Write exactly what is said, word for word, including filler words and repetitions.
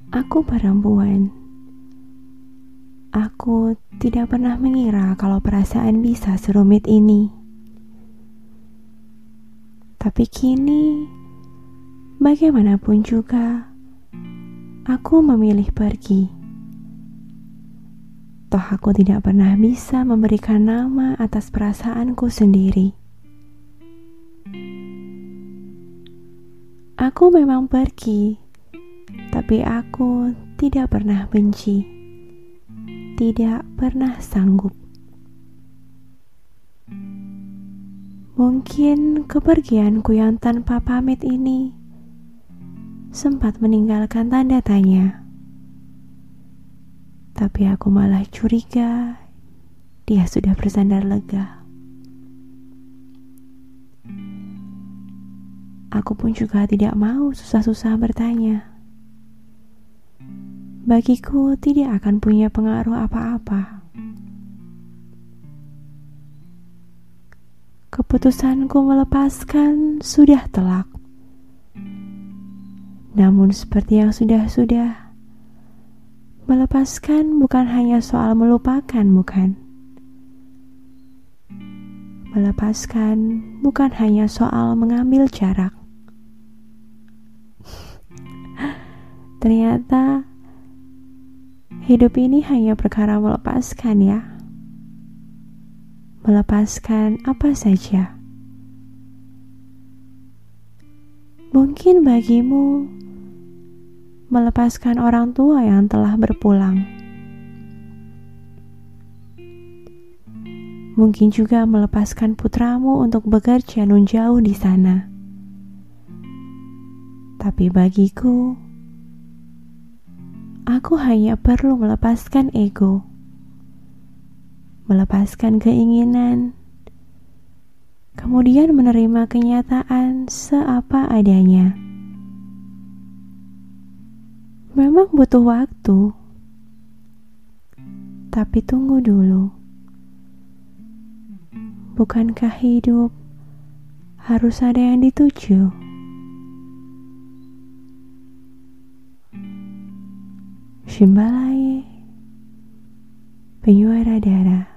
Aku perempuan. Aku tidak pernah mengira kalau perasaan bisa serumit ini. Tapi kini, bagaimanapun juga, aku memilih pergi. Toh aku tidak pernah bisa memberikan nama atas perasaanku sendiri. Aku memang pergi, tapi aku tidak pernah benci, tidak pernah sanggup. Mungkin kepergianku yang tanpa pamit ini sempat meninggalkan tanda tanya. Tapi aku malah curiga dia sudah bersandar lega. Aku pun juga tidak mau susah-susah bertanya. Bagiku tidak akan punya pengaruh apa-apa. Keputusanku melepaskan sudah telak. Namun seperti yang sudah-sudah, melepaskan bukan hanya soal melupakan, bukan? Melepaskan bukan hanya soal mengambil jarak. Ternyata hidup ini hanya perkara melepaskan, ya. Melepaskan apa saja. Mungkin bagimu melepaskan orang tua yang telah berpulang. Mungkin juga melepaskan putramu untuk bekerja nun jauh di sana. Tapi bagiku, aku hanya perlu melepaskan ego. Melepaskan keinginan, kemudian menerima kenyataan seapa adanya. Memang butuh waktu, tapi tunggu dulu. Bukankah hidup harus ada yang dituju? Shimbalai, penyuara darah.